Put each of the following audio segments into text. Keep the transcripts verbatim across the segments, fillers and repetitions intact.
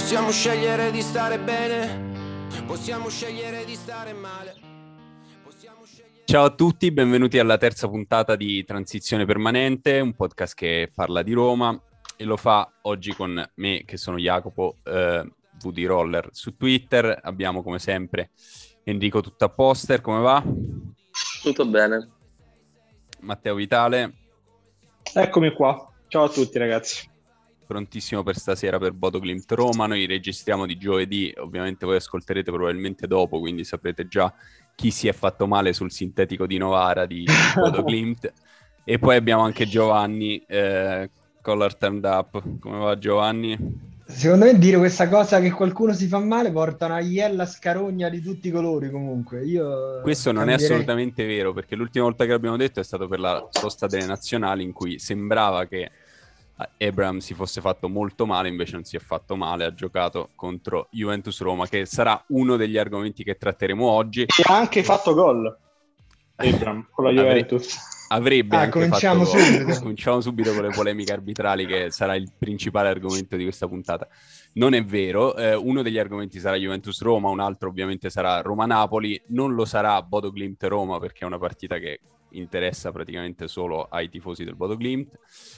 Possiamo scegliere di stare bene, possiamo scegliere di stare male. Possiamo scegliere... Ciao a tutti, benvenuti alla terza puntata di Transizione Permanente, un podcast che parla di Roma e lo fa oggi con me, che sono Jacopo, eh, V D Roller su Twitter. Abbiamo come sempre Enrico Tuttaposter, come va? Tutto bene. Matteo Vitale. Eccomi qua, ciao a tutti ragazzi. Prontissimo per stasera per Bodo Glimt Roma. Noi registriamo di giovedì, ovviamente voi ascolterete probabilmente dopo, quindi saprete già chi si è fatto male sul sintetico di Novara di Bodo Glimt. E poi abbiamo anche Giovanni, eh, Collar Turned Up. Come va Giovanni? Secondo me dire questa cosa che qualcuno si fa male porta una iella scarogna di tutti i colori comunque. Io Questo non cambierei... è assolutamente vero, perché l'ultima volta che l'abbiamo detto è stato per la sosta delle nazionali, in cui sembrava che Abraham si fosse fatto molto male, invece non si è fatto male, ha giocato contro Juventus Roma, che sarà uno degli argomenti che tratteremo oggi. E ha anche fatto gol Abraham con la Juventus. Avrebbe ah, anche cominciamo fatto gol. subito. Cominciamo subito con le polemiche arbitrali, che sarà il principale argomento di questa puntata. Non è vero, eh, uno degli argomenti sarà Juventus Roma, un altro ovviamente sarà Roma Napoli, non lo sarà Bodo Glimt Roma, perché è una partita che interessa praticamente solo ai tifosi del Bodo Glimt.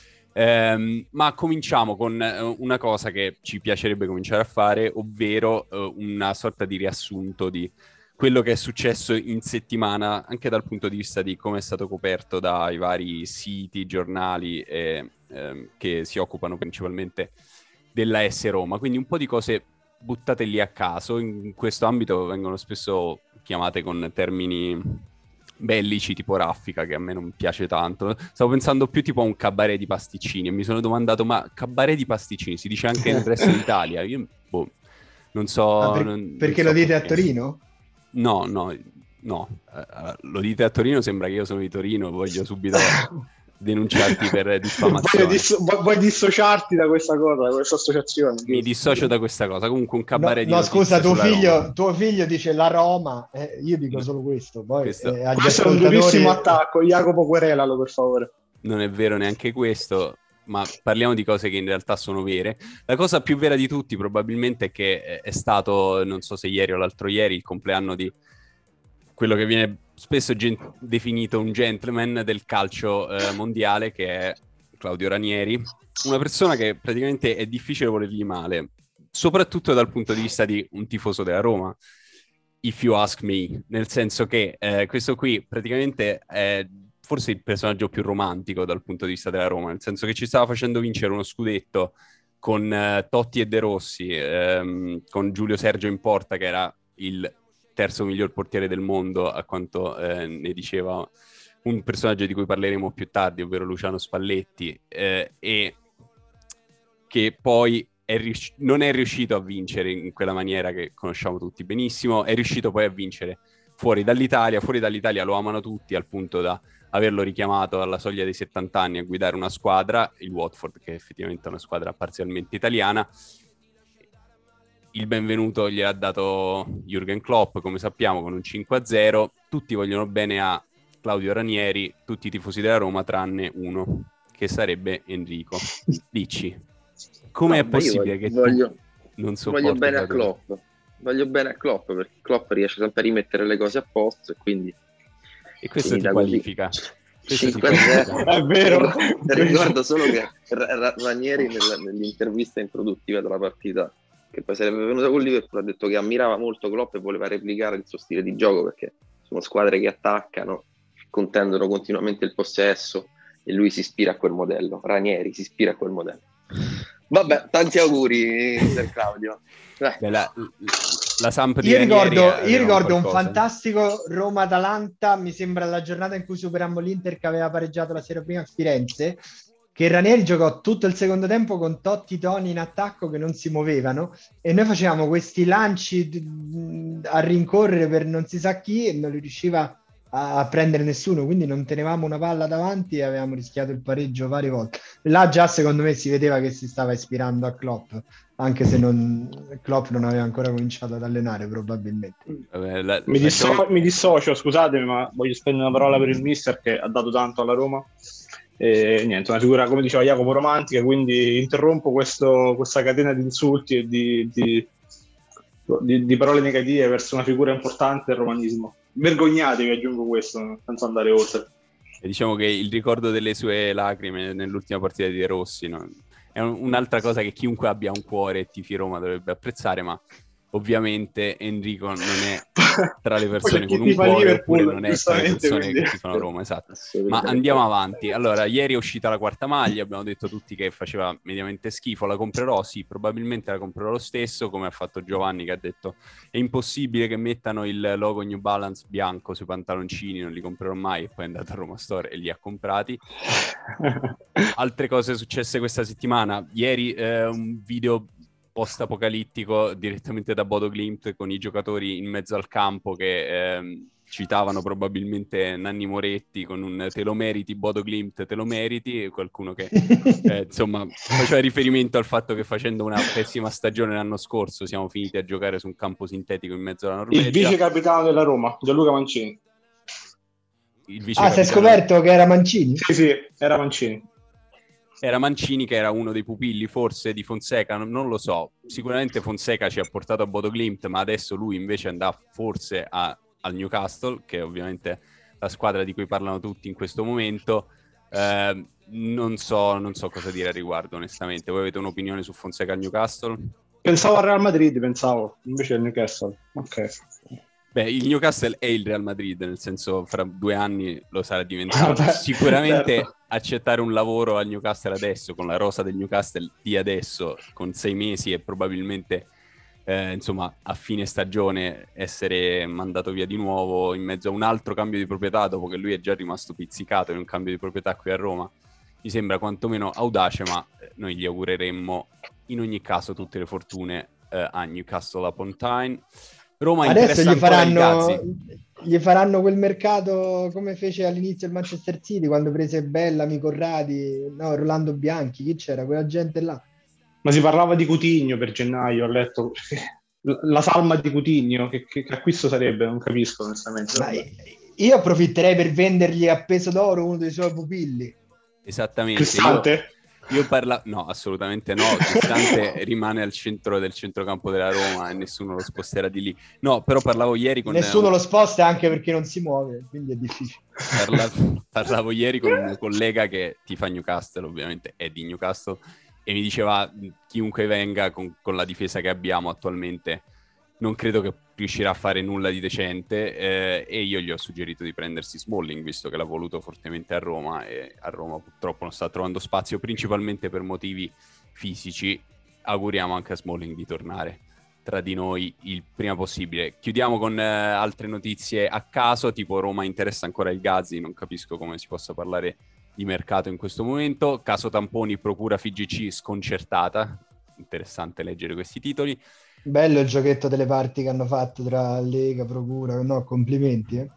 Um, ma cominciamo con uh, una cosa che ci piacerebbe cominciare a fare, ovvero uh, una sorta di riassunto di quello che è successo in settimana, anche dal punto di vista di come è stato coperto dai vari siti, giornali eh, um, che si occupano principalmente della S Roma, quindi un po' di cose buttate lì a caso. In questo ambito vengono spesso chiamate con termini bellici tipo raffica, che a me non piace tanto. Stavo pensando più tipo a un cabaret di pasticcini e mi sono domandato, ma cabaret di pasticcini si dice anche nel resto d'Italia? Io boh, non so, ah, per, non, perché non lo so dite perché. a Torino? No, no, no, uh, lo dite a Torino, sembra che io sono di Torino, voglio subito denunciarti per diffamazione. Vuoi, disso- vuoi dissociarti da questa cosa, da questa associazione? Mi dissocio da questa cosa. Comunque un cabaret no, di no scusa, tuo sulla figlio, Roma. tuo figlio dice la Roma, eh, io dico solo questo. Poi questo, eh, agli questo ascoltatori... è un durissimo attacco. Jacopo, querelalo per favore. Non è vero neanche questo, ma parliamo di cose che in realtà sono vere. La cosa più vera di tutti probabilmente è che è stato, non so se ieri o l'altro ieri, il compleanno di quello che viene spesso gen- definito un gentleman del calcio eh, mondiale, che è Claudio Ranieri, una persona che praticamente è difficile volergli male, soprattutto dal punto di vista di un tifoso della Roma, if you ask me, nel senso che eh, questo qui praticamente è forse il personaggio più romantico dal punto di vista della Roma, nel senso che ci stava facendo vincere uno scudetto con eh, Totti e De Rossi, ehm, con Giulio Sergio in porta, che era il terzo miglior portiere del mondo, a quanto eh, ne diceva un personaggio di cui parleremo più tardi, ovvero Luciano Spalletti, eh, e che poi è rius- non è riuscito a vincere in quella maniera che conosciamo tutti benissimo, è riuscito poi a vincere fuori dall'Italia. Fuori dall'Italia lo amano tutti, al punto da averlo richiamato alla soglia dei settanta anni a guidare una squadra, il Watford, che è effettivamente una squadra parzialmente italiana. Il benvenuto gliel'ha dato Jürgen Klopp, come sappiamo, con un cinque a zero. Tutti vogliono bene a Claudio Ranieri, tutti i tifosi della Roma, tranne uno, che sarebbe Enrico. Dici, come no, è possibile che voglio, tu non sopporti voglio bene a Claudio? Klopp. Voglio bene a Klopp, perché Klopp riesce sempre a rimettere le cose a posto, e quindi... E questo ti da qualifica. Questo ti cinque a zero. qualifica. È vero. Ricordo solo che Ra- Ra- Ranieri nella, nell'intervista introduttiva della partita, che poi sarebbe venuta con Liverpool, ha detto che ammirava molto Klopp e voleva replicare il suo stile di gioco, perché sono squadre che attaccano, contendono continuamente il possesso, e lui si ispira a quel modello. Ranieri si ispira a quel modello. Vabbè, tanti auguri per Claudio. Beh, la, la Samp di io Ranieri ricordo, aveva io ricordo un qualcosa. fantastico Roma-Atalanta, mi sembra la giornata in cui superammo l'Inter, che aveva pareggiato la sera prima a Firenze, che Ranieri giocò tutto il secondo tempo con Totti, Toni in attacco che non si muovevano, e noi facevamo questi lanci a rincorrere per non si sa chi e non li riusciva a prendere nessuno, quindi non tenevamo una palla davanti e avevamo rischiato il pareggio varie volte. Là già secondo me si vedeva che si stava ispirando a Klopp, anche se non, Klopp non aveva ancora cominciato ad allenare probabilmente. Vabbè, la, mi, disso- la... mi dissocio, scusatemi, ma voglio spendere una parola per il mister, che ha dato tanto alla Roma E niente, una figura, come diceva Jacopo, romantica, quindi interrompo questo, questa catena di insulti e di, di, di, di parole negative verso una figura importante del romanismo. Vergognatevi, aggiungo questo, senza andare oltre. E diciamo che il ricordo delle sue lacrime nell'ultima partita di De Rossi, no? È un, un'altra cosa che chiunque abbia un cuore e tifi Roma dovrebbe apprezzare, ma ovviamente Enrico non è tra le persone con un cuore, oppure non è tra le persone quindi... che tifano Roma, esatto. Ma andiamo avanti. Allora, ieri è uscita la quarta maglia, abbiamo detto tutti che faceva mediamente schifo, la comprerò? Sì, probabilmente la comprerò lo stesso, come ha fatto Giovanni che ha detto è impossibile che mettano il logo New Balance bianco sui pantaloncini, non li comprerò mai, e poi è andato a Roma Store e li ha comprati. Altre cose successe questa settimana, ieri eh, un video post-apocalittico direttamente da Bodo Glimt con i giocatori in mezzo al campo che ehm, citavano probabilmente Nanni Moretti con un te lo meriti Bodo Glimt, te lo meriti, e qualcuno che eh, insomma faceva riferimento al fatto che facendo una pessima stagione l'anno scorso siamo finiti a giocare su un campo sintetico in mezzo alla Norvegia. Il vice capitano della Roma, Gianluca Mancini. Il vice ah, si è scoperto che era Mancini? Sì, sì, era Mancini. Era Mancini, che era uno dei pupilli forse di Fonseca, non, non lo so. Sicuramente Fonseca ci ha portato a Bodo Glimt, ma adesso lui invece andrà forse a, al Newcastle, che è ovviamente la squadra di cui parlano tutti in questo momento. Eh, non so, non so cosa dire al riguardo, onestamente. Voi avete un'opinione su Fonseca al Newcastle? Pensavo al Real Madrid, pensavo, invece al Newcastle. Ok. Beh, il Newcastle è il Real Madrid, nel senso fra due anni lo sarà diventato. Vabbè, sicuramente certo. Accettare un lavoro al Newcastle adesso, con la rosa del Newcastle di adesso, con sei mesi e probabilmente eh, insomma a fine stagione essere mandato via di nuovo in mezzo a un altro cambio di proprietà, dopo che lui è già rimasto pizzicato in un cambio di proprietà qui a Roma, mi sembra quantomeno audace, ma noi gli augureremmo in ogni caso tutte le fortune eh, a Newcastle upon Tyne. Roma adesso gli faranno, il gli faranno quel mercato come fece all'inizio il Manchester City quando prese Bellamy, Corradi, no, Rolando Bianchi, chi c'era? Quella gente là. Ma si parlava di Coutinho per gennaio, ho letto. La salma di Coutinho, che, che acquisto sarebbe? Non capisco onestamente. Ma io approfitterei per vendergli a peso d'oro uno dei suoi pupilli. Esattamente. Cristante? Io, io parla... No, assolutamente no. Cristante rimane al centro del centrocampo della Roma e nessuno lo sposterà di lì. No, però parlavo ieri con... Nessuno lo sposta anche perché non si muove, quindi è difficile. Parla... Parlavo ieri con un mio collega che tifa Newcastle, ovviamente è di Newcastle, e mi diceva chiunque venga con, con la difesa che abbiamo attualmente non credo che riuscirà a fare nulla di decente, eh, e io gli ho suggerito di prendersi Smalling, visto che l'ha voluto fortemente a Roma, e a Roma purtroppo non sta trovando spazio, principalmente per motivi fisici. Auguriamo anche a Smalling di tornare tra di noi il prima possibile. Chiudiamo con eh, altre notizie a caso, tipo Roma interessa ancora il Gazzi, non capisco come si possa parlare di mercato in questo momento. Caso tamponi, procura F G C sconcertata, interessante leggere questi titoli. Bello il giochetto delle parti che hanno fatto tra Lega, Procura, no, complimenti. Eh.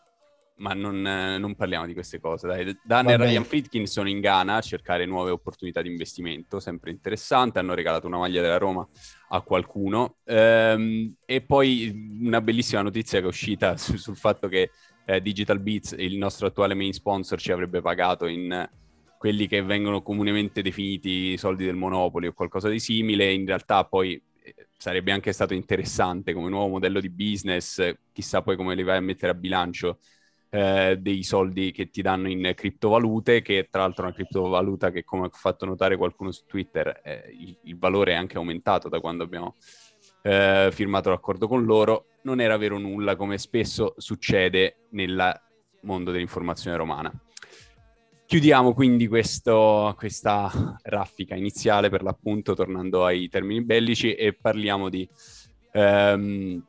Ma non, eh, non parliamo di queste cose, dai. Dan e Ryan Friedkin sono in Ghana a cercare nuove opportunità di investimento, sempre interessante, hanno regalato una maglia della Roma a qualcuno. Ehm, e poi una bellissima notizia che è uscita su, sul fatto che eh, Digital Beats, il nostro attuale main sponsor, ci avrebbe pagato in quelli che vengono comunemente definiti soldi del Monopoli o qualcosa di simile. In realtà poi sarebbe anche stato interessante come nuovo modello di business, chissà poi come li vai a mettere a bilancio eh, dei soldi che ti danno in criptovalute, che tra l'altro è una criptovaluta che, come ha fatto notare qualcuno su Twitter, eh, il, il valore è anche aumentato da quando abbiamo eh, firmato l'accordo con loro. Non era vero nulla, come spesso succede nel mondo dell'informazione romana. Chiudiamo quindi questo, questa raffica iniziale, per l'appunto, tornando ai termini bellici, e parliamo di um,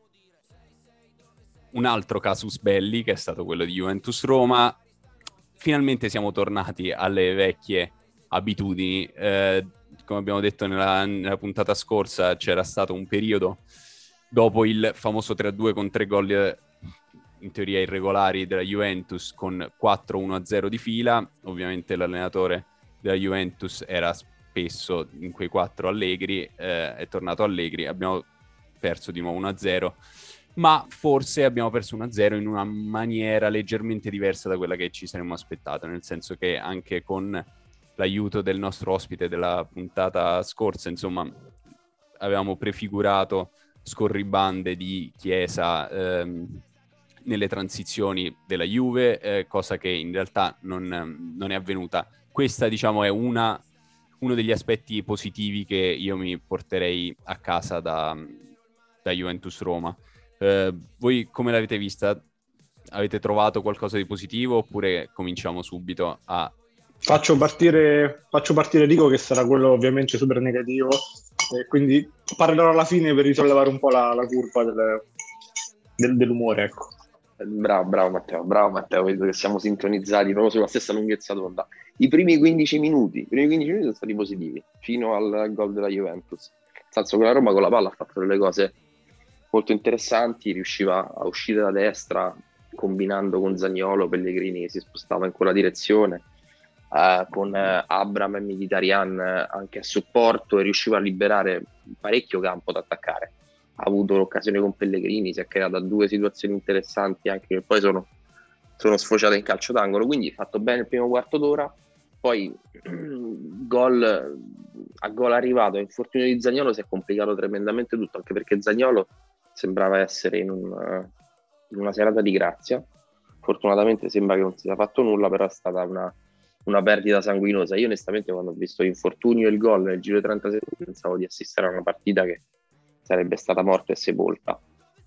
un altro casus belli, che è stato quello di Juventus-Roma. Finalmente siamo tornati alle vecchie abitudini. Eh, come abbiamo detto nella, nella puntata scorsa, c'era stato un periodo dopo il famoso tre a due con tre gol in teoria irregolari della Juventus, con quattro uno a zero di fila. Ovviamente l'allenatore della Juventus era spesso in quei quattro Allegri, eh, è tornato Allegri, abbiamo perso di nuovo uno a zero, ma forse abbiamo perso uno a zero in una maniera leggermente diversa da quella che ci saremmo aspettato, nel senso che anche con l'aiuto del nostro ospite della puntata scorsa, insomma, avevamo prefigurato scorribande di Chiesa ehm, nelle transizioni della Juve, eh, cosa che in realtà non, non è avvenuta. Questa, diciamo, è una, uno degli aspetti positivi che io mi porterei a casa da, da Juventus Roma. Eh, voi come l'avete vista? Avete trovato qualcosa di positivo oppure cominciamo subito a... Faccio partire, faccio partire Rico, che sarà quello ovviamente super negativo, e quindi parlerò alla fine per risollevare un po' la, la curva del, del, dell'umore, ecco. Bravo, bravo Matteo, bravo Matteo, vedo che siamo sintonizzati proprio sulla stessa lunghezza d'onda. I primi quindici minuti, i primi quindici minuti sono stati positivi, fino al gol della Juventus. Nel senso che la Roma con la palla ha fatto delle cose molto interessanti, riusciva a uscire da destra, combinando con Zaniolo, Pellegrini che si spostava in quella direzione, Uh, con uh, Abraham e Mkhitaryan uh, anche a supporto, e riusciva a liberare parecchio campo da attaccare. Ha avuto l'occasione con Pellegrini, si è creata due situazioni interessanti anche che poi sono, sono sfociate in calcio d'angolo, quindi fatto bene il primo quarto d'ora. Poi gol a gol arrivato, infortunio di Zaniolo, si è complicato tremendamente tutto, anche perché Zaniolo sembrava essere in, un, in una serata di grazia. Fortunatamente sembra che non si sia fatto nulla, però è stata una una perdita sanguinosa. Io onestamente quando ho visto l'infortunio e il gol nel giro di trenta secondi pensavo di assistere a una partita che sarebbe stata morta e sepolta.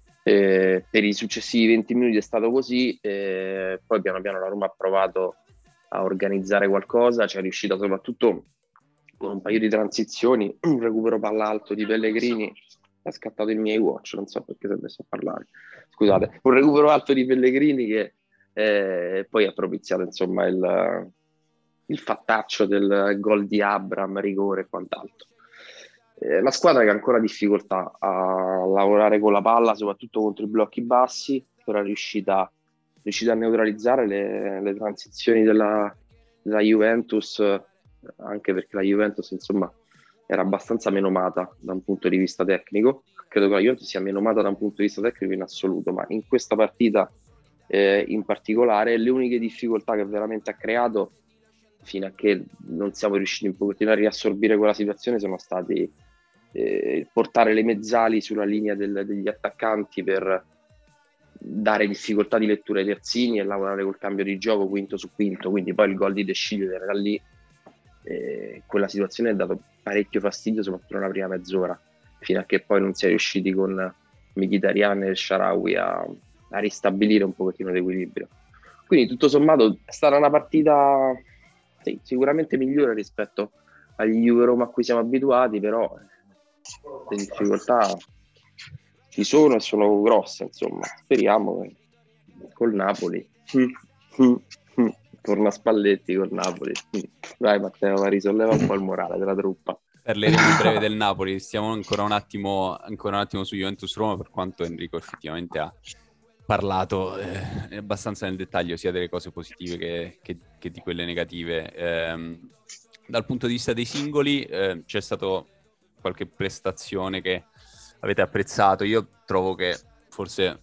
Eh, per i successivi venti minuti è stato così, eh, poi piano piano la Roma ha provato a organizzare qualcosa, ci è riuscita soprattutto con un paio di transizioni, un recupero palla alto di Pellegrini, è scattato il mio watch, non so perché si è messo a parlare, scusate, un recupero alto di Pellegrini che eh, poi ha propiziato insomma il il fattaccio del gol di Abraham, rigore e quant'altro. Eh, la squadra che ha ancora difficoltà a lavorare con la palla, soprattutto contro i blocchi bassi, però è riuscita, riuscita a neutralizzare le, le transizioni della, della Juventus, anche perché la Juventus insomma era abbastanza menomata da un punto di vista tecnico. Credo che la Juventus sia menomata da un punto di vista tecnico in assoluto, ma in questa partita eh, in particolare le uniche difficoltà che veramente ha creato, fino a che non siamo riusciti un pochettino a riassorbire quella situazione, sono stati eh, portare le mezzali sulla linea del, degli attaccanti per dare difficoltà di lettura ai terzini e lavorare col cambio di gioco quinto su quinto. Quindi poi il gol di De Sciglio era da lì, eh, quella situazione ha dato parecchio fastidio soprattutto nella prima mezz'ora, fino a che poi non si è riusciti con Mkhitaryan e El Shaarawy a, a ristabilire un pochettino l'equilibrio. Quindi tutto sommato è stata una partita sì, sicuramente migliore rispetto agli Juve Roma a cui siamo abituati, però le difficoltà ci sono e sono grosse, insomma. Speriamo che col Napoli mm, mm, mm, torna Spalletti col Napoli. Mm. Vai Matteo, va, risolleva un po' il morale della truppa. Parleremo in breve del Napoli, stiamo ancora un attimo ancora un attimo su Juventus Roma, per quanto Enrico effettivamente ha parlato eh, abbastanza nel dettaglio sia delle cose positive che, che, che di quelle negative. Eh, dal punto di vista dei singoli eh, c'è stato qualche prestazione che avete apprezzato? Io trovo che forse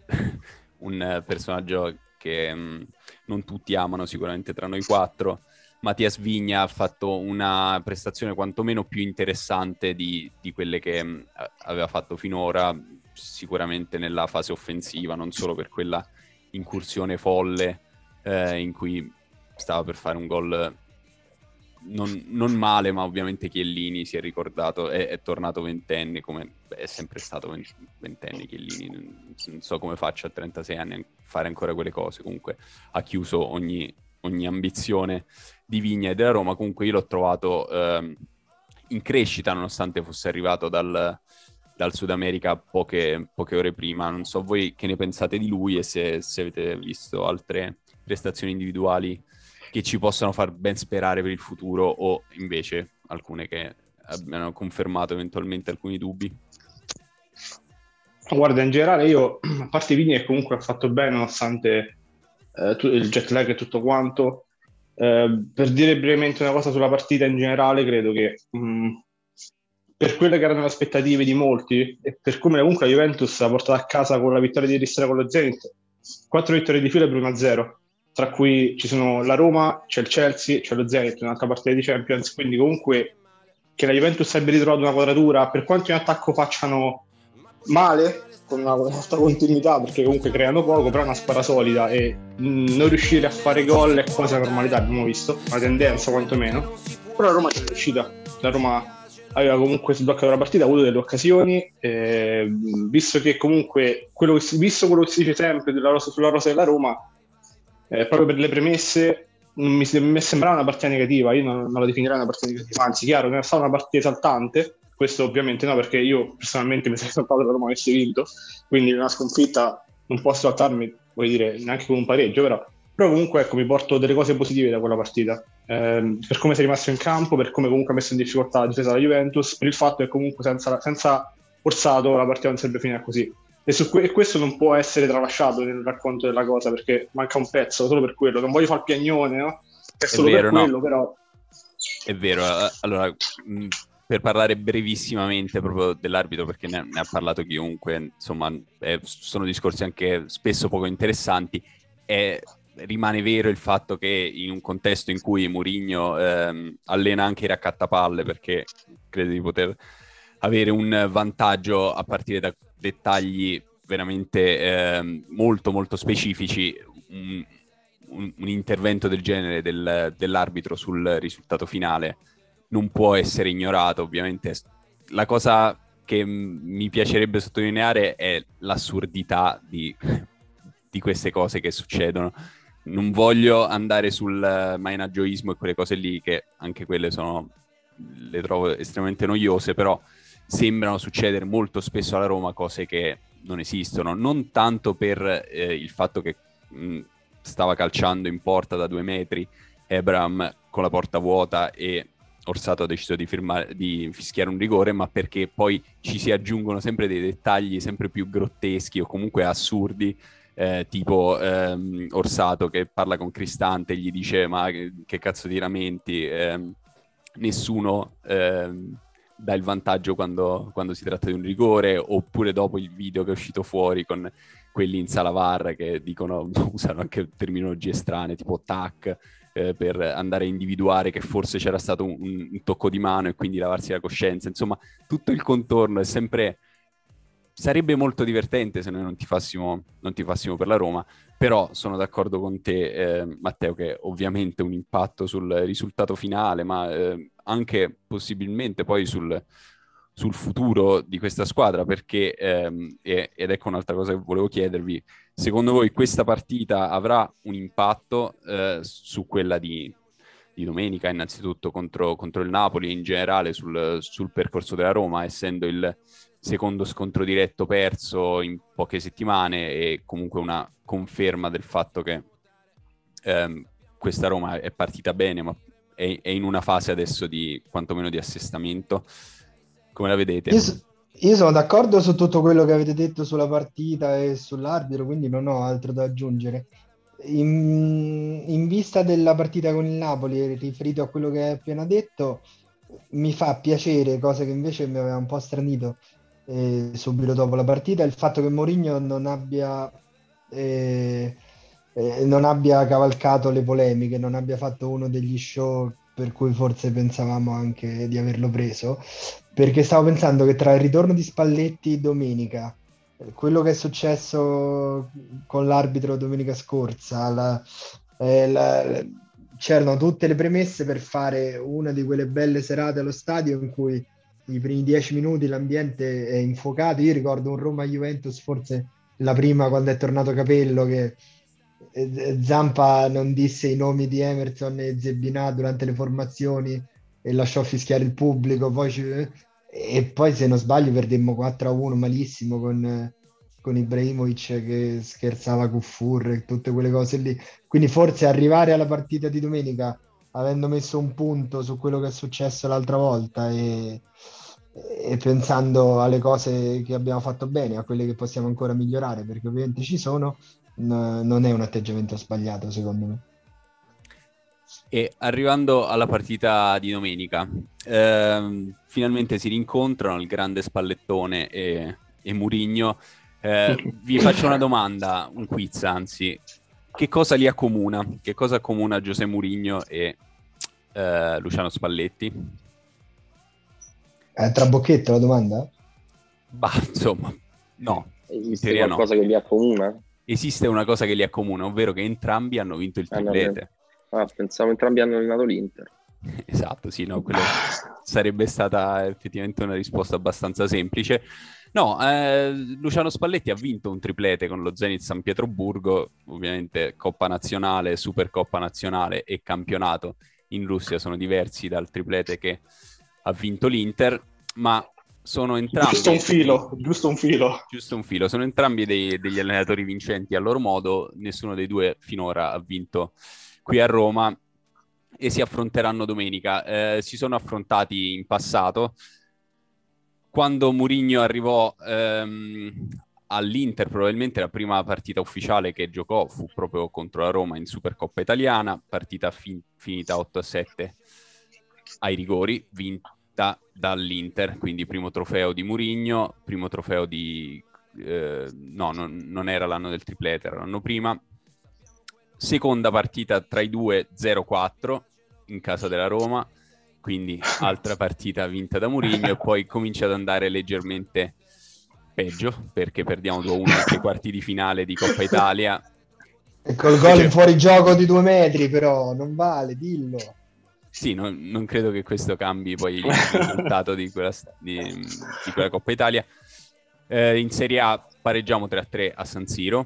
un personaggio che mh, non tutti amano sicuramente tra noi quattro, Mattias Vigna, ha fatto una prestazione quantomeno più interessante di, di quelle che mh, aveva fatto finora, sicuramente nella fase offensiva, non solo per quella incursione folle eh, in cui stava per fare un gol non, non male, ma ovviamente Chiellini si è ricordato, è, è tornato ventenne, come beh, è sempre stato ventenne Chiellini, non, non so come faccia a trentasei anni a fare ancora quelle cose. Comunque ha chiuso ogni, ogni ambizione di Vigna e della Roma. Comunque io l'ho trovato eh, in crescita, nonostante fosse arrivato dal dal Sud America poche, poche ore prima. Non so voi che ne pensate di lui e se, se avete visto altre prestazioni individuali che ci possano far ben sperare per il futuro, o invece alcune che abbiano confermato eventualmente alcuni dubbi. Guarda, in generale io, a parte Vigna che comunque ha fatto bene nonostante eh, il jet lag e tutto quanto, eh, per dire brevemente una cosa sulla partita in generale, credo che mh, per quelle che erano le aspettative di molti e per come comunque la Juventus ha portato a casa con la vittoria di ieri sera con lo Zenit, quattro vittorie di fila per uno a zero, tra cui ci sono la Roma, c'è il Chelsea, c'è lo Zenit, un'altra partita di Champions, quindi comunque che la Juventus abbia ritrovato una quadratura, per quanto in attacco facciano male, con una certa continuità, perché comunque creano poco, però è una squadra solida e mh, non riuscire a fare gol è quasi una normalità, abbiamo visto, una tendenza quantomeno, però la Roma è riuscita, la Roma aveva comunque sbloccato la partita, ha avuto delle occasioni, eh, visto che comunque quello che si, visto quello che si dice sempre della rosa, sulla rosa della Roma, eh, proprio per le premesse non mi, mi sembrava una partita negativa, io non, non la definirei una partita negativa, anzi chiaro, non è stata una partita esaltante, questo ovviamente no, perché io personalmente mi sarei saltato che la Roma avesse vinto, quindi una sconfitta non posso saltarmi, vuol dire, neanche con un pareggio, però però comunque ecco, mi porto delle cose positive da quella partita, eh, per come si è rimasto in campo, per come comunque ha messo in difficoltà la difesa della Juventus, per il fatto che comunque senza, senza Orsato la partita non sarebbe finita così, e, su que- e questo non può essere tralasciato nel racconto della cosa, perché manca un pezzo solo per quello, non voglio fare il piagnone, no? È solo è vero, per quello, no. Però è vero, allora mh, per parlare brevissimamente proprio dell'arbitro, perché ne, ne ha parlato chiunque, insomma eh, sono discorsi anche spesso poco interessanti, e rimane vero il fatto che in un contesto in cui Mourinho ehm, allena anche i raccattapalle, perché crede di poter avere un vantaggio a partire da dettagli veramente ehm, molto molto specifici, un, un, un intervento del genere del, dell'arbitro sul risultato finale non può essere ignorato. Ovviamente la cosa che m- mi piacerebbe sottolineare è l'assurdità di, di queste cose che succedono. Non voglio andare sul mainagioismo e quelle cose lì, che anche quelle sono, le trovo estremamente noiose, però sembrano succedere molto spesso alla Roma cose che non esistono, non tanto per eh, il fatto che mh, stava calciando in porta da due metri Abraham con la porta vuota e Orsato ha deciso di, firmare, di fischiare un rigore, ma perché poi ci si aggiungono sempre dei dettagli sempre più grotteschi o comunque assurdi, eh, tipo ehm, Orsato che parla con Cristante e gli dice ma che, che cazzo di lamenti, eh, nessuno ehm, dà il vantaggio quando, quando si tratta di un rigore, oppure dopo il video che è uscito fuori con quelli in sala V A R che dicono, usano anche terminologie strane tipo tac, eh, per andare a individuare che forse c'era stato un, un tocco di mano e quindi lavarsi la coscienza. Insomma, tutto il contorno è sempre... Sarebbe molto divertente se noi non tifassimo, non tifassimo per la Roma, però sono d'accordo con te, eh, Matteo, che ovviamente un impatto sul risultato finale, ma eh, anche possibilmente poi sul, sul futuro di questa squadra, perché, ehm, e, ed ecco un'altra cosa che volevo chiedervi, secondo voi questa partita avrà un impatto eh, su quella di, di domenica, innanzitutto contro, contro il Napoli e in generale sul, sul percorso della Roma, essendo il secondo scontro diretto perso in poche settimane e comunque una conferma del fatto che ehm, questa Roma è partita bene, ma è, è in una fase adesso di quantomeno di assestamento? Come la vedete? Io, so- io sono d'accordo su tutto quello che avete detto sulla partita e sull'arbitro, quindi non ho altro da aggiungere. In, in vista della partita con il Napoli, riferito a quello che hai appena detto, mi fa piacere, cosa che invece mi aveva un po' stranito eh, subito dopo la partita, il fatto che Mourinho non abbia eh, eh, non abbia cavalcato le polemiche, non abbia fatto uno degli show per cui forse pensavamo anche di averlo preso, perché stavo pensando che tra il ritorno di Spalletti domenica, eh, quello che è successo con l'arbitro domenica scorsa, la, eh, la- c'erano tutte le premesse per fare una di quelle belle serate allo stadio in cui i primi dieci minuti l'ambiente è infuocato. Io ricordo un Roma-Juventus, forse la prima, quando è tornato Capello, che eh, Zampa non disse i nomi di Emerson e Zebinà durante le formazioni e lasciò fischiare il pubblico, poi ci- e poi se non sbaglio perdemmo quattro a uno malissimo con, con Ibrahimovic che scherzava con Furr e tutte quelle cose lì. Quindi forse arrivare alla partita di domenica avendo messo un punto su quello che è successo l'altra volta e, e pensando alle cose che abbiamo fatto bene, a quelle che possiamo ancora migliorare, perché ovviamente ci sono, n- non è un atteggiamento sbagliato secondo me. E arrivando alla partita di domenica, ehm, finalmente si rincontrano il grande Spallettone e, e Mourinho. Eh, vi faccio una domanda, un quiz anzi. Che cosa li accomuna? Che cosa accomuna José Mourinho e eh, Luciano Spalletti? È trabocchetto la domanda? Bah, insomma, no. Esiste teoria qualcosa no. che li accomuna? Esiste una cosa che li accomuna, ovvero che entrambi hanno vinto il triplete. Ah, pensavo entrambi hanno allenato l'Inter. Esatto, sì, no, quello sarebbe stata effettivamente una risposta abbastanza semplice. No, eh, Luciano Spalletti ha vinto un triplete con lo Zenit San Pietroburgo, ovviamente Coppa Nazionale, Supercoppa Nazionale e campionato in Russia sono diversi dal triplete che ha vinto l'Inter, ma sono entrambi... Giusto un filo, giusto un filo. Giusto un filo, sono entrambi dei, degli allenatori vincenti a loro modo, nessuno dei due finora ha vinto qui a Roma e si affronteranno domenica. Eh, si sono affrontati in passato, quando Mourinho arrivò ehm, all'Inter, probabilmente la prima partita ufficiale che giocò fu proprio contro la Roma in Supercoppa Italiana, partita fin- finita otto a sette ai rigori, vinta dall'Inter, quindi primo trofeo di Mourinho, primo trofeo di... Eh, no, non, non era l'anno del triplete, era l'anno prima. Seconda partita tra i due, zero quattro in casa della Roma, quindi altra partita vinta da Mourinho e poi comincia ad andare leggermente peggio perché perdiamo due a uno anche ai quarti di finale di Coppa Italia. E col gol in fuorigioco di due metri, però non vale, dillo. Sì, non, non credo che questo cambi poi il risultato di quella, di, di quella Coppa Italia. Eh, in Serie A pareggiamo tre a tre a San Siro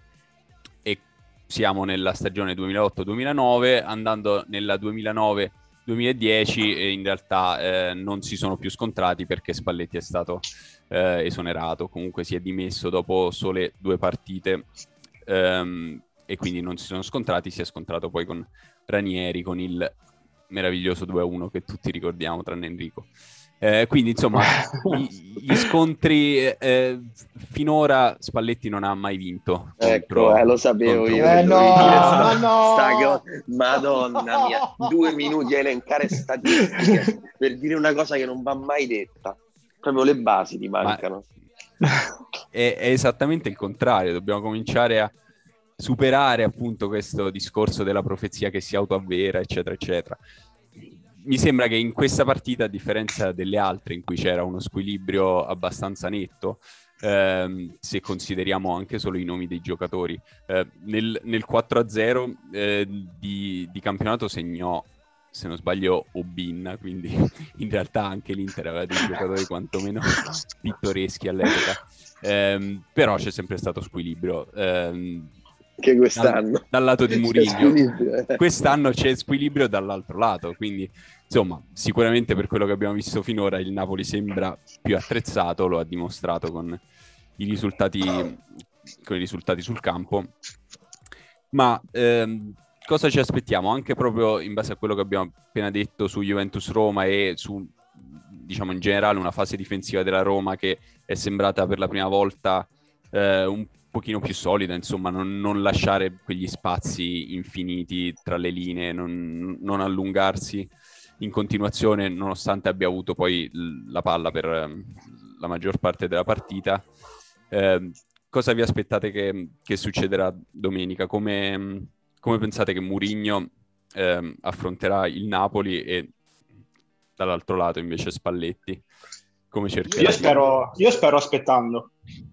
e siamo nella stagione duemilaotto duemilanove, andando nella duemilanove duemiladieci e in realtà eh, non si sono più scontrati perché Spalletti è stato eh, esonerato, comunque si è dimesso dopo sole due partite ehm, e quindi non si sono scontrati, si è scontrato poi con Ranieri, con il meraviglioso due a uno che tutti ricordiamo tranne Enrico. Eh, quindi insomma gli, gli scontri eh, finora Spalletti non ha mai vinto ecco contro, eh, lo sapevo io eh, no, sta, no. sta co- madonna mia, due minuti a elencare statistiche per dire una cosa che non va mai detta, proprio le basi ti mancano. Ma è, è esattamente il contrario, dobbiamo cominciare a superare appunto questo discorso della profezia che si autoavvera eccetera eccetera. Mi sembra che in questa partita, a differenza delle altre in cui c'era uno squilibrio abbastanza netto, ehm, se consideriamo anche solo i nomi dei giocatori, eh, nel, nel quattro a zero eh, di, di campionato segnò, se non sbaglio, Obin, quindi in realtà anche l'Inter aveva dei giocatori quantomeno pittoreschi all'epoca, ehm, però c'è sempre stato squilibrio. Ehm, che quest'anno dal, dal lato di Mourinho quest'anno c'è squilibrio dall'altro lato, quindi insomma sicuramente per quello che abbiamo visto finora il Napoli sembra più attrezzato, lo ha dimostrato con i risultati con i risultati sul campo, ma ehm, cosa ci aspettiamo anche proprio in base a quello che abbiamo appena detto su Juventus Roma e su, diciamo, in generale una fase difensiva della Roma che è sembrata per la prima volta eh, un pochino più solida, insomma, non, non lasciare quegli spazi infiniti tra le linee, non, non allungarsi in continuazione, nonostante abbia avuto poi la palla per la maggior parte della partita. Eh, cosa vi aspettate che, che succederà domenica? Come, come pensate che Mourinho eh, affronterà il Napoli e dall'altro lato invece Spalletti? Come cercherà? Io spero, io spero aspettando.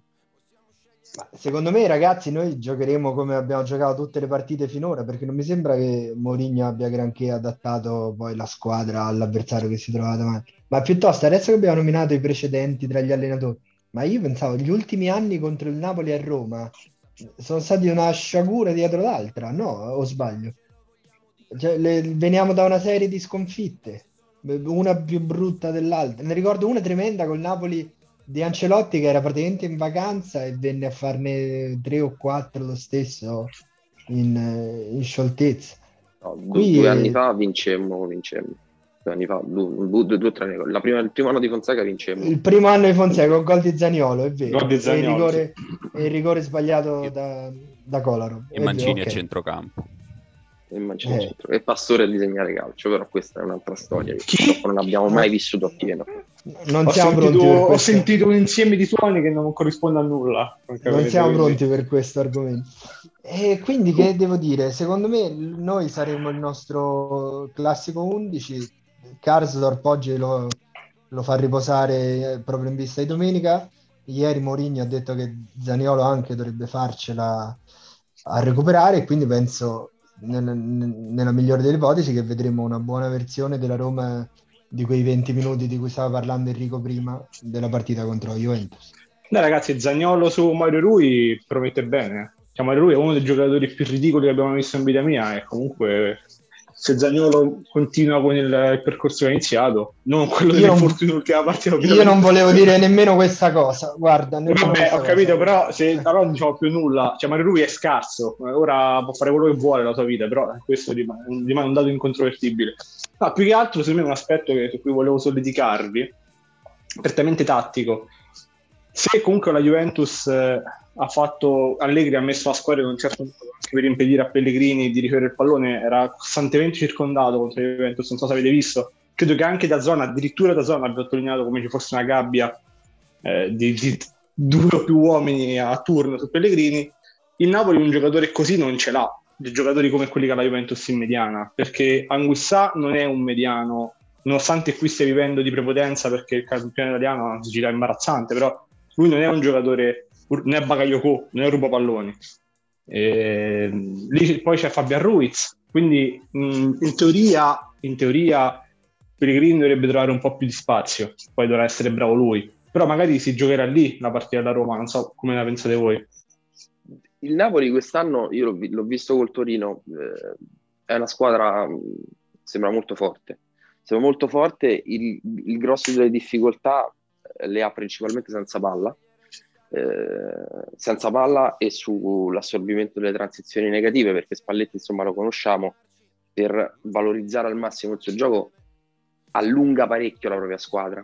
Secondo me, ragazzi, noi giocheremo come abbiamo giocato tutte le partite finora, perché non mi sembra che Mourinho abbia granché adattato poi la squadra all'avversario che si trova davanti. Ma piuttosto, adesso che abbiamo nominato i precedenti tra gli allenatori, ma io pensavo gli ultimi anni contro il Napoli a Roma sono stati una sciagura dietro l'altra, no? O sbaglio? Cioè, le, veniamo da una serie di sconfitte, una più brutta dell'altra. Ne ricordo una tremenda col Napoli di Ancelotti che era praticamente in vacanza e venne a farne tre o quattro lo stesso in, in scioltezza. No, Qui due è... anni fa vincemmo, vincemmo. Due anni fa, due, due, due tre anni. La prima, il primo anno di Fonseca vincemmo. Il primo anno di Fonseca con gol di Zaniolo, è vero. Gol di Zaniolo, e, il rigore, sì. e il rigore sbagliato da, da Kolarov. E Mancini okay. a centrocampo. e Mancini Eh. centro- e Pastore a disegnare calcio, però questa è un'altra storia che Chi? purtroppo non abbiamo mai vissuto appieno. Non Ho siamo sentito, pronti per ho questo. sentito un insieme di suoni che non corrisponde a nulla. Non francamente, siamo quindi- pronti per questo argomento. E quindi che devo dire? Secondo me l- noi saremo il nostro classico undici. Karsdorp oggi lo, lo fa riposare eh, proprio in vista di domenica. Ieri Mourinho ha detto che Zaniolo anche dovrebbe farcela a recuperare, e quindi penso nel- nel- nella migliore delle ipotesi che vedremo una buona versione della Roma di quei venti minuti di cui stava parlando Enrico prima della partita contro la Juventus. Dai ragazzi, Zaniolo su Mario Rui promette bene. Cioè, Mario Rui è uno dei giocatori più ridicoli che abbiamo visto in vita mia e comunque se Zaniolo continua con il, il percorso che ha iniziato, non quello Io non- dell'infortunio dell'ultima partita. Io non volevo dire nemmeno questa cosa, guarda, nemmeno Vabbè, questa ho capito, cosa. però se allora non diciamo più nulla. Cioè, Mario Rui è scarso, ora può fare quello che vuole nella sua vita, però questo rimane, rimane un dato incontrovertibile. No, più che altro, secondo me, un aspetto che, su cui volevo solleticarvi, prettamente tattico. Se comunque la Juventus eh, ha fatto, Allegri ha messo la squadra in un certo modo anche per impedire a Pellegrini di ricevere il pallone, era costantemente circondato contro la Juventus, non so se avete visto. Credo che anche da zona, addirittura da zona, abbia sottolineato come ci fosse una gabbia eh, di, di due o più uomini a turno su Pellegrini. Il Napoli un giocatore così non ce l'ha, dei giocatori come quelli che ha la Juventus in mediana, perché Anguissà non è un mediano, nonostante qui stia vivendo di prepotenza perché il campione italiano ha una sicurezza imbarazzante, però lui non è un giocatore, non è Bakayoko, non è rubapalloni. E, lì poi c'è Fabian Ruiz, quindi mh, in teoria, in teoria Pellegrini dovrebbe trovare un po' più di spazio, poi dovrà essere bravo lui, però magari si giocherà lì la partita da Roma, non so come la pensate voi. Il Napoli quest'anno, io l'ho, vi- l'ho visto col Torino, eh, è una squadra, mh, sembra molto forte. Sembra molto forte, il, il grosso delle difficoltà eh, le ha principalmente senza palla, eh, senza palla e sull'assorbimento delle transizioni negative, perché Spalletti, insomma, lo conosciamo, per valorizzare al massimo il suo gioco allunga parecchio la propria squadra.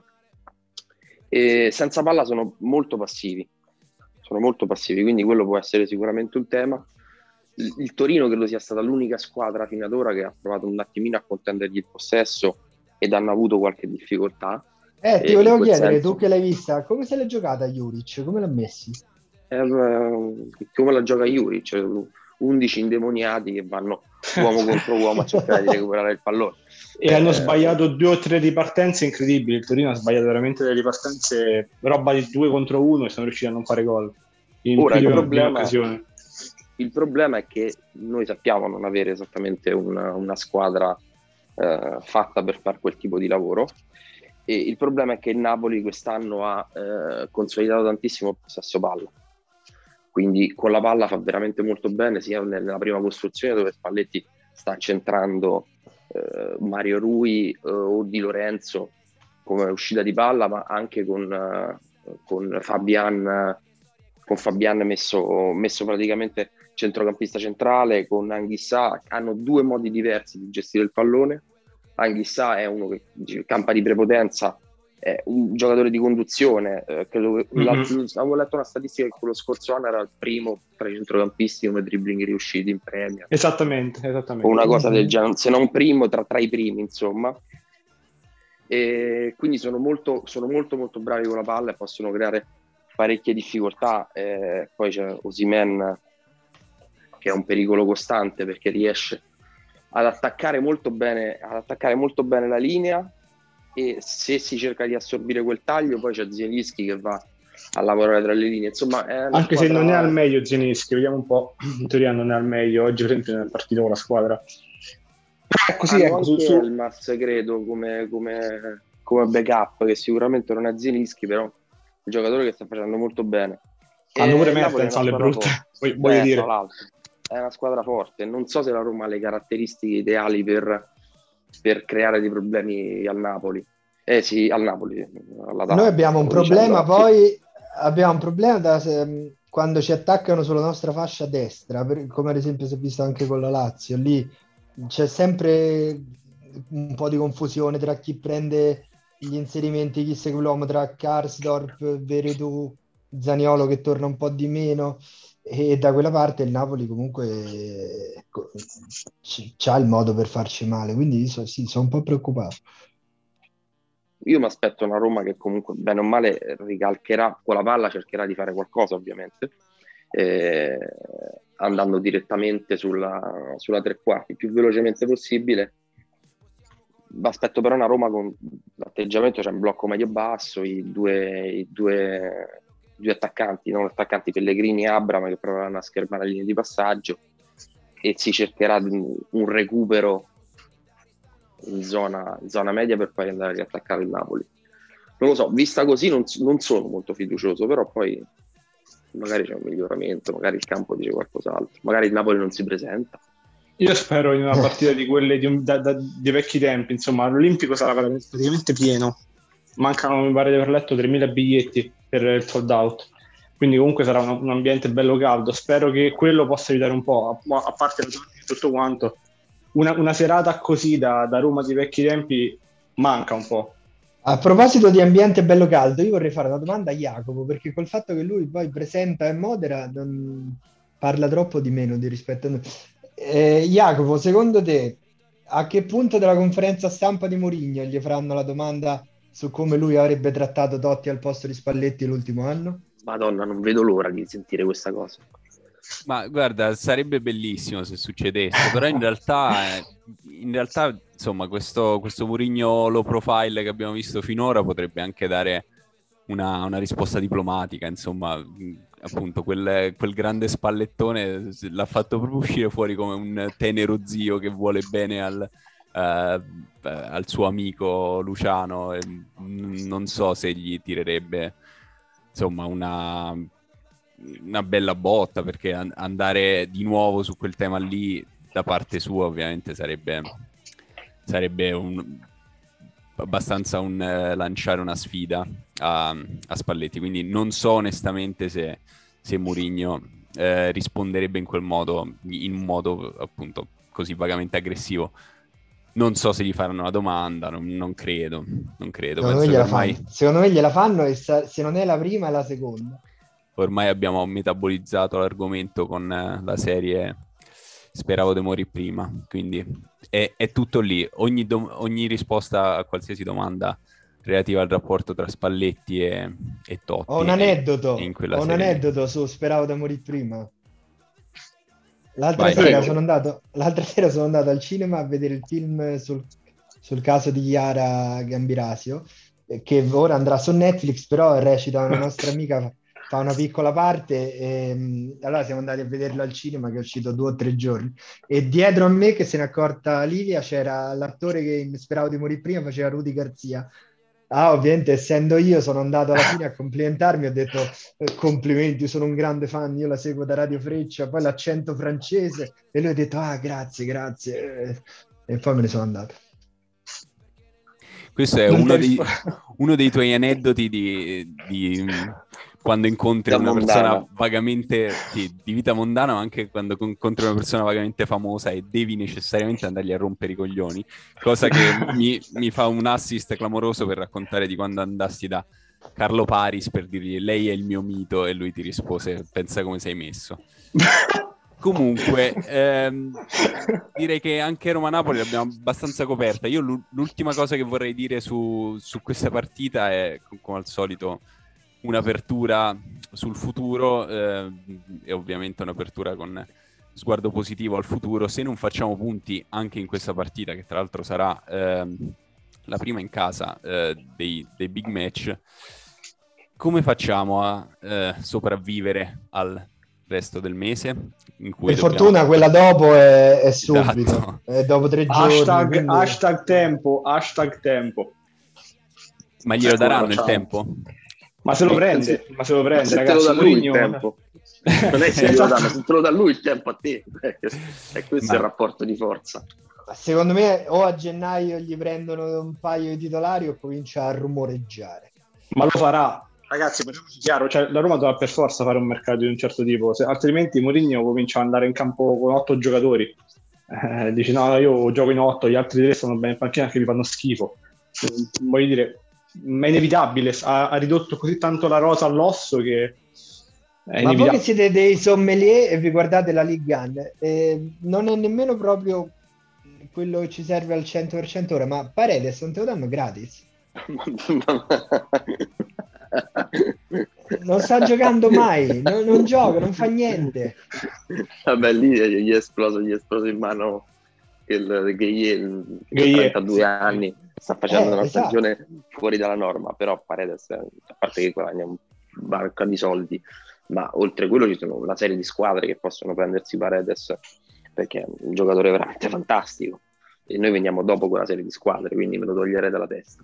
E senza palla sono molto passivi. sono molto passivi, quindi quello può essere sicuramente un tema. Il, il Torino credo sia stata l'unica squadra fino ad ora che ha provato un attimino a contendergli il possesso ed hanno avuto qualche difficoltà. Eh, ti E volevo in quel chiedere, senso- tu che l'hai vista, come se l'è giocata Juric? Come l'ha messi? Eh, come la gioca Juric, cioè undici indemoniati che vanno uomo contro uomo a cercare di recuperare il pallone. E hanno Eh, sbagliato due o tre ripartenze incredibili. Il Torino ha sbagliato veramente delle ripartenze, roba di due contro uno, e sono riusciti a non fare gol in Ora, più il di una- di problema- un'occasione. Il problema è che noi sappiamo non avere esattamente una, una squadra eh, fatta per fare quel tipo di lavoro, e il problema è che il Napoli quest'anno ha eh, consolidato tantissimo il possesso palla, quindi con la palla fa veramente molto bene, sia nella prima costruzione dove Spalletti sta centrando eh, Mario Rui eh, o Di Lorenzo come uscita di palla, ma anche con, eh, con Fabian con Fabian messo, messo praticamente centrocampista centrale, con Anguissà. Hanno due modi diversi di gestire il pallone. Anguissà è uno che dice, campa di prepotenza, è un giocatore di conduzione, eh, credo che Mm-hmm. l'altro- avevo letto una statistica che quello scorso anno era il primo tra i centrocampisti come dribbling riusciti in Premier, Esattamente, esattamente. o una cosa del genere, se non primo tra, tra i primi, insomma. E quindi sono molto, sono molto molto bravi con la palla e possono creare parecchie difficoltà. Eh, poi c'è Osimhen che è un pericolo costante perché riesce ad attaccare molto bene, ad attaccare molto bene la linea, e se si cerca di assorbire quel taglio poi c'è Zielinski che va a lavorare tra le linee, insomma è una Anche se squadra- non è al meglio Zielinski, vediamo un po', in teoria non è al meglio, oggi per esempio non è partito con la squadra. È così, hanno ecco, su, anche su- Elmas credo come, come, come backup, che sicuramente non è Zielinski, però è un giocatore che sta facendo molto bene. hanno E pure il Napoli è Mertens una alle squadra brutte, forte. voglio, voglio Eh, dire. tra l'altro, è una squadra forte. Non so se la Roma ha le caratteristiche ideali per, per creare dei problemi al Napoli. Eh sì, al Napoli. all'Atalanta, Noi abbiamo un stavo problema, dicendo. poi abbiamo un problema da, se- quando ci attaccano sulla nostra fascia destra, per- come ad esempio si è visto anche con la Lazio, lì c'è sempre un po' di confusione tra chi prende gli inserimenti, chi segue l'uomo, tra Karsdorp, Veretout, Zaniolo che torna un po' di meno. e da quella parte il Napoli comunque ecco, c- c'ha il modo per farci male, quindi so- sì, sono un po' preoccupato. Io mi aspetto una Roma che comunque bene o male ricalcherà con la palla, cercherà di fare qualcosa ovviamente, eh, andando direttamente sulla, sulla tre quarti il più velocemente possibile. Mi aspetto però una Roma con l'atteggiamento, cioè un blocco medio-basso, i due, i due, due attaccanti, non attaccanti Pellegrini e Abramo che proveranno a schermare le linee di passaggio e si cercherà un recupero in zona, in zona media per poi andare a riattaccare il Napoli. Non lo so, vista così non, non sono molto fiducioso, però poi magari c'è un miglioramento, magari il campo dice qualcos'altro, magari il Napoli non si presenta. Io spero in una partita di quelle di, un, da, da, di vecchi tempi, insomma, l'Olimpico sarà praticamente pieno, mancano, mi pare di aver letto, tremila biglietti per il sold out, quindi comunque sarà un, un ambiente bello caldo, spero che quello possa aiutare un po', a, a parte tutto quanto, una, una serata così da, da Roma di vecchi tempi manca un po'. A proposito di ambiente bello caldo, io vorrei fare una domanda a Jacopo, perché col fatto che lui poi presenta e modera non parla troppo di meno di rispetto a noi. Eh, Jacopo, secondo te a che punto della conferenza stampa di Mourinho gli faranno la domanda su come lui avrebbe trattato Totti al posto di Spalletti l'ultimo anno? Madonna, non vedo l'ora di sentire questa cosa. Ma guarda, sarebbe bellissimo se succedesse, però in realtà, in realtà insomma, questo, questo Mourinho low profile che abbiamo visto finora potrebbe anche dare una, una risposta diplomatica, insomma, appunto quel, quel grande spallettone l'ha fatto proprio uscire fuori come un tenero zio che vuole bene al, uh, al suo amico Luciano, e non so se gli tirerebbe insomma una... una bella botta, perché andare di nuovo su quel tema lì da parte sua ovviamente sarebbe sarebbe un, abbastanza un eh, lanciare una sfida a, a Spalletti, quindi non so onestamente se, se Mourinho eh, risponderebbe in quel modo, in un modo appunto così vagamente aggressivo. Non so se gli faranno una domanda, non, non credo, non credo. Secondo me, Penso che gliela ormai... fanno. Secondo me gliela fanno e sa- se non è la prima è la seconda. Ormai abbiamo metabolizzato l'argomento con eh, la serie Speravo di morire prima, quindi è, è tutto lì. Ogni, dom- ogni risposta a qualsiasi domanda relativa al rapporto tra Spalletti e, e Totti. Ho un aneddoto, è in quella ho un serie lì. aneddoto su Speravo da morire prima. L'altra Vai. sera, Prego. sono andato, l'altra sera sono andato al cinema a vedere il film sul, sul caso di Chiara Gambirasio, eh, che ora andrà su Netflix, però recita una nostra amica, fa una piccola parte, e mh, allora siamo andati a vederlo al cinema, che è uscito due o tre giorni, e dietro a me, che se n'è accorta Livia, c'era l'attore che in Speravo di morire prima faceva Rudy Garzia. Ah, ovviamente, essendo io, sono andato alla fine a complimentarmi, ho detto eh, complimenti, sono un grande fan, io la seguo da Radio Freccia, poi l'accento francese, e lui ha detto, ah, grazie, grazie, eh, e poi me ne sono andato. Questo è Non uno ti dei, rispondo. uno dei tuoi aneddoti di, di mh, quando incontri Da una mondana. persona vagamente sì, di vita mondana, ma anche quando incontri una persona vagamente famosa e devi necessariamente andargli a rompere i coglioni, cosa che mi, mi fa un assist clamoroso per raccontare di quando andasti da Carlo Paris per dirgli lei è il mio mito e lui ti rispose pensa come sei messo. Comunque, ehm, direi che anche Roma-Napoli l'abbiamo abbastanza coperta. Io l'ultima cosa che vorrei dire su, su questa partita è, come al solito, un'apertura sul futuro eh, e ovviamente un'apertura con sguardo positivo al futuro. Se non facciamo punti anche in questa partita, che tra l'altro sarà ehm, la prima in casa eh, dei, dei big match, come facciamo a eh, sopravvivere al resto del mese? In cui Per dobbiamo... fortuna quella dopo è, è subito, Esatto. è dopo tre Hashtag, giorni. Quindi... hashtag tempo, hashtag tempo. Ma glielo Ecco, daranno il ciao. tempo? Ma se lo Ma prende, se- ma se lo Ma prende, se te lo ragazzi. dà lui il Mourinho- tempo, non è se glielo danno, se te lo dà lui il tempo a te, e questo Ma- è il rapporto di forza. Secondo me o a gennaio gli prendono un paio di titolari o comincia a rumoreggiare. Ma lo farà. Ragazzi, parliamoci chiaro, cioè, la Roma dovrà per forza fare un mercato di un certo tipo, se, altrimenti Mourinho comincia ad andare in campo con otto giocatori. Eh, dice no, no, io gioco in otto, gli altri tre stanno bene in panchina che mi fanno schifo. Eh, voglio dire, è inevitabile, ha, ha ridotto così tanto la rosa all'osso che È Ma voi che inevitabile. siete dei sommelier e vi guardate la Ligue uno, eh, non è nemmeno proprio quello che ci serve al cento per cento ora, ma Paredes non te lo danno gratis. Non sta giocando mai, non, non gioca, non fa niente. Vabbè, lì gli è esploso, gli è esploso in mano il Gueye, che ha Gueye, trentadue sì. anni, sta facendo Eh, una esatto. stagione fuori dalla norma, però Paredes, a parte che guadagna un barca di soldi, ma oltre a quello ci sono una serie di squadre che possono prendersi Paredes, perché è un giocatore veramente fantastico, e noi veniamo dopo quella serie di squadre, quindi me lo toglierei dalla testa.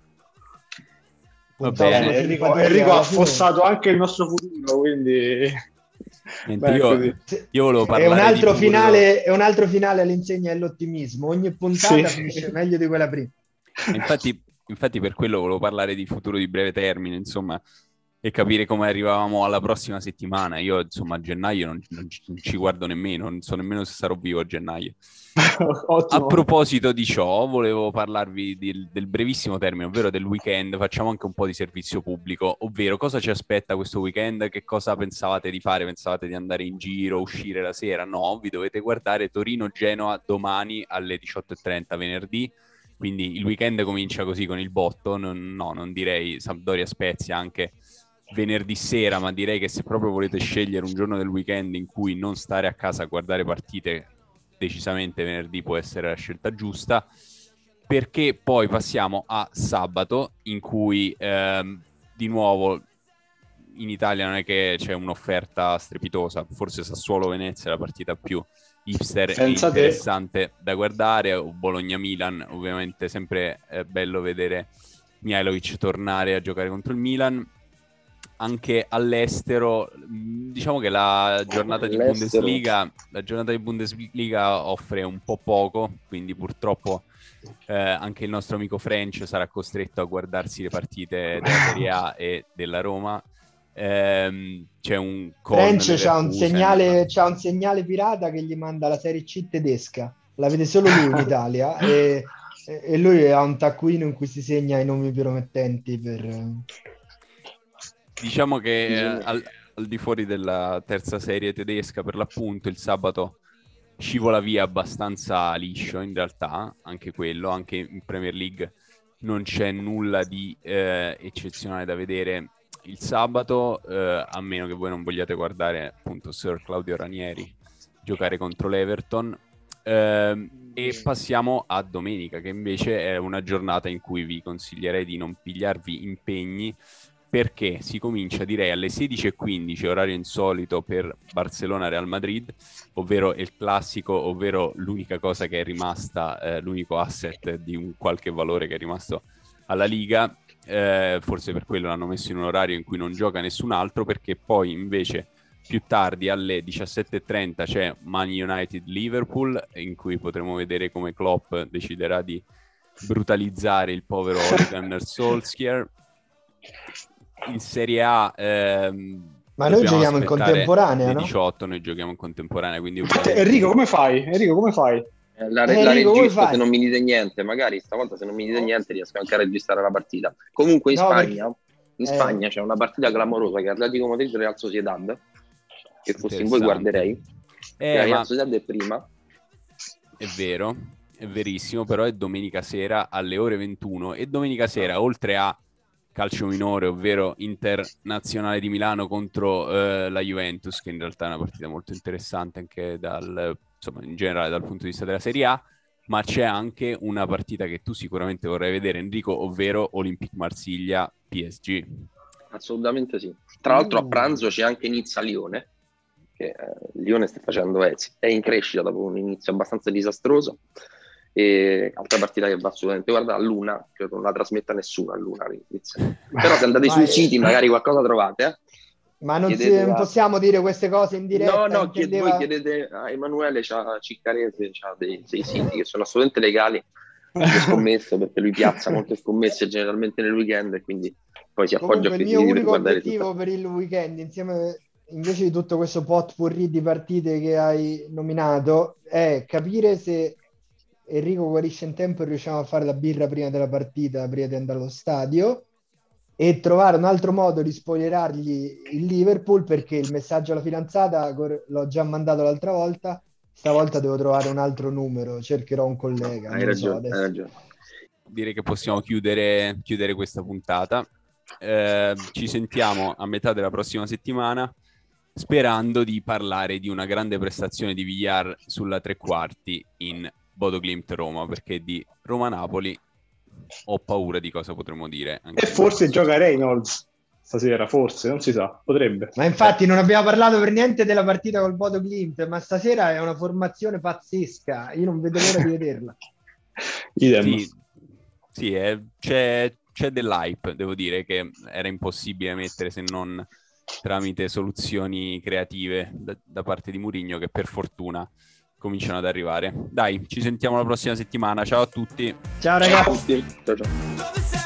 Va Puntavo bene. sulla Enrico, simpatia, Enrico ha alla fine- affossato anche il nostro futuro, quindi Niente, beh, io, così. io volevo È parlare un altro di futuro- finale, è un altro finale all'insegna dell'ottimismo. Ogni puntata Sì. finisce meglio di quella prima. Infatti, infatti per quello volevo parlare di futuro di breve termine, insomma, e capire come arrivavamo alla prossima settimana. Io, insomma, a gennaio non, non ci- non ci guardo nemmeno, non so nemmeno se sarò vivo a gennaio. A Ottimo. proposito di ciò, volevo parlarvi del, del brevissimo termine, ovvero del weekend. Facciamo anche un po' di servizio pubblico, ovvero cosa ci aspetta questo weekend, che cosa pensavate di fare, pensavate di andare in giro, uscire la sera? No, vi dovete guardare Torino-Genoa domani alle diciotto e trenta, venerdì, quindi il weekend comincia così con il botto. Non, no, non direi Sampdoria-Spezia anche venerdì sera, ma direi che se proprio volete scegliere un giorno del weekend in cui non stare a casa a guardare partite, decisamente venerdì può essere la scelta giusta, perché poi passiamo a sabato, in cui ehm, di nuovo in Italia non è che c'è un'offerta strepitosa, forse Sassuolo-Venezia è la partita più hipster e Senza te. interessante da guardare, o Bologna-Milan, ovviamente sempre è bello vedere Mihajlovic tornare a giocare contro il Milan. Anche all'estero, mh, diciamo che la giornata di All'estero. Bundesliga, la giornata di Bundesliga offre un po' poco, quindi purtroppo eh, anche il nostro amico French sarà costretto a guardarsi le partite della Serie A e della Roma. Ehm, c'è un French c'ha un, Leverkusen. segnale, c'ha un segnale pirata che gli manda la Serie C tedesca. La vede solo lui in Italia e, e lui ha un taccuino in cui si segna i nomi promettenti per... Diciamo che eh, Bisogna- al, al di fuori della terza serie tedesca, per l'appunto, il sabato scivola via abbastanza liscio, in realtà, anche quello, anche in Premier League non c'è nulla di eh, eccezionale da vedere il sabato, eh, a meno che voi non vogliate guardare appunto Sir Claudio Ranieri giocare contro l'Everton. Eh, e passiamo a domenica, che invece è una giornata in cui vi consiglierei di non pigliarvi impegni, perché si comincia, direi, alle sedici e quindici, orario insolito per Barcellona-Real Madrid, ovvero il classico, ovvero l'unica cosa che è rimasta, eh, l'unico asset di un qualche valore che è rimasto alla Liga. Eh, forse per quello l'hanno messo in un orario in cui non gioca nessun altro, perché poi invece più tardi alle diciassette e trenta c'è Man United-Liverpool, in cui potremo vedere come Klopp deciderà di brutalizzare il povero Ole Gunnar Solskjaer. In Serie A ehm, Ma noi dobbiamo giochiamo in aspettare contemporanea, le no? diciotto, noi giochiamo in contemporanea, quindi ovviamente... Enrico, come fai? Enrico, come fai? Eh, La, Eh, la Enrico, come registro, fai? se non mi dite niente, magari stavolta se non mi dite niente riesco anche a registrare la partita. Comunque in No, Spagna, perché- in eh. Spagna c'è una partita clamorosa che è Atletico Madrid Real Sociedad, che fossi in voi Interessante. guarderei. Eh, la Real ma Sociedad è prima. è vero, è verissimo, però è domenica sera alle ore ventuno, e domenica sera, oltre a calcio minore, ovvero Internazionale di Milano contro eh, la Juventus, che in realtà è una partita molto interessante anche dal, insomma, in generale dal punto di vista della Serie A, ma c'è anche una partita che tu sicuramente vorrai vedere, Enrico, ovvero Olympique Marsiglia P S G. Assolutamente sì. Tra l'altro a Uh. pranzo c'è anche Nizza-Lione, che eh, Lione sta facendo, è, è in crescita dopo un inizio abbastanza disastroso. E altra partita che va assolutamente guarda, a Luna, che non la trasmetta nessuno a Luna all'inizio. Però se andate Ma sui è- siti magari qualcosa trovate, eh? Ma non, si- Chiedete non a- possiamo dire queste cose in diretta? no no chied- intendeva- voi chiedete a Emanuele, c'ha Ciccarese, c'ha dei, dei siti che sono assolutamente legali, le scommesse, perché lui piazza molte scommesse generalmente nel weekend, e quindi poi si appoggia Comunque a il questi mio siti per unico guardare obiettivo tutto. per il weekend, insieme invece di tutto questo potpourri di partite che hai nominato, è capire se Enrico guarisce in tempo e riusciamo a fare la birra prima della partita, prima di andare allo stadio, e trovare un altro modo di spoilerargli il Liverpool, perché il messaggio alla fidanzata cor- l'ho già mandato l'altra volta, stavolta devo trovare un altro numero, cercherò un collega. Hai non lo so ragione, adesso. hai ragione. Direi che possiamo chiudere, chiudere questa puntata. Eh, ci sentiamo a metà della prossima settimana, sperando di parlare di una grande prestazione di Villar sulla tre quarti in Bodo Glimt Roma, perché di Roma-Napoli ho paura di cosa potremmo dire. Anche E forse gioca Reynolds stasera, forse, non si sa, potrebbe. Ma infatti non abbiamo parlato per niente della partita col Bodo Glimt, ma stasera è una formazione pazzesca, io non vedo l'ora di vederla. Idem. Sì, sì è, c'è, c'è dell'hype, devo dire, che era impossibile mettere se non tramite soluzioni creative da, da parte di Mourinho, che per fortuna cominciano ad arrivare. Dai, ci sentiamo la prossima settimana, ciao a tutti. Ciao ragazzi. Ciao ciao. Dove sei?